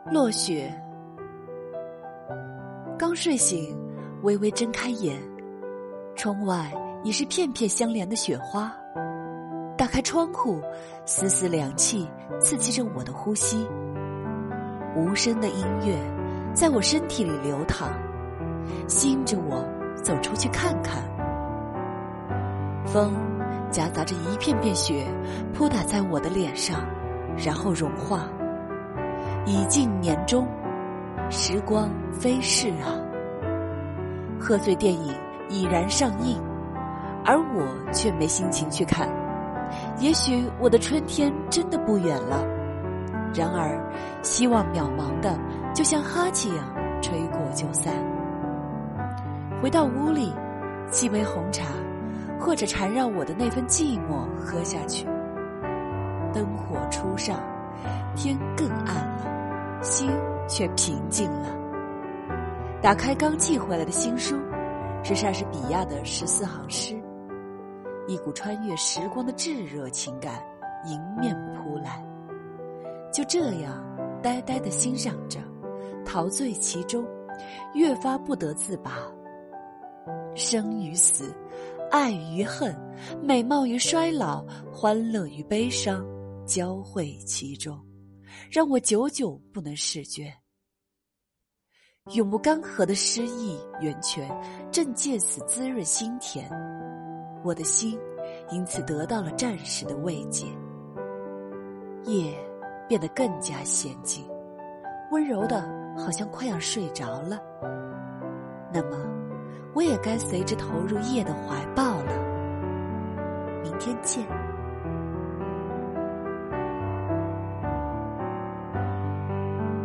落雪。刚睡醒，微微睁开眼，窗外已是片片相连的雪花。打开窗户，丝丝凉气刺激着我的呼吸。无声的音乐在我身体里流淌，吸引着我走出去看看。风夹杂着一片片雪扑打在我的脸上，然后融化。已近年终，时光飞逝啊。贺岁电影已然上映，而我却没心情去看。也许我的春天真的不远了，然而希望渺茫的就像哈气样吹过就散。回到屋里，沏杯红茶，或者缠绕我的那份寂寞喝下去。灯火初上，天更暗了，心却平静了。打开刚寄回来的新书，是莎士比亚的14行诗，一股穿越时光的炙热情感迎面扑来。就这样呆呆地欣赏着，陶醉其中，越发不得自拔。生与死，爱与恨，美貌与衰老，欢乐与悲伤，交汇其中，让我久久不能释决。永不干涸的诗意源泉正借此滋润心田，我的心因此得到了暂时的慰藉。夜变得更加娴静，温柔的好像快要睡着了。那么我也该随之投入夜的怀抱了。明天见。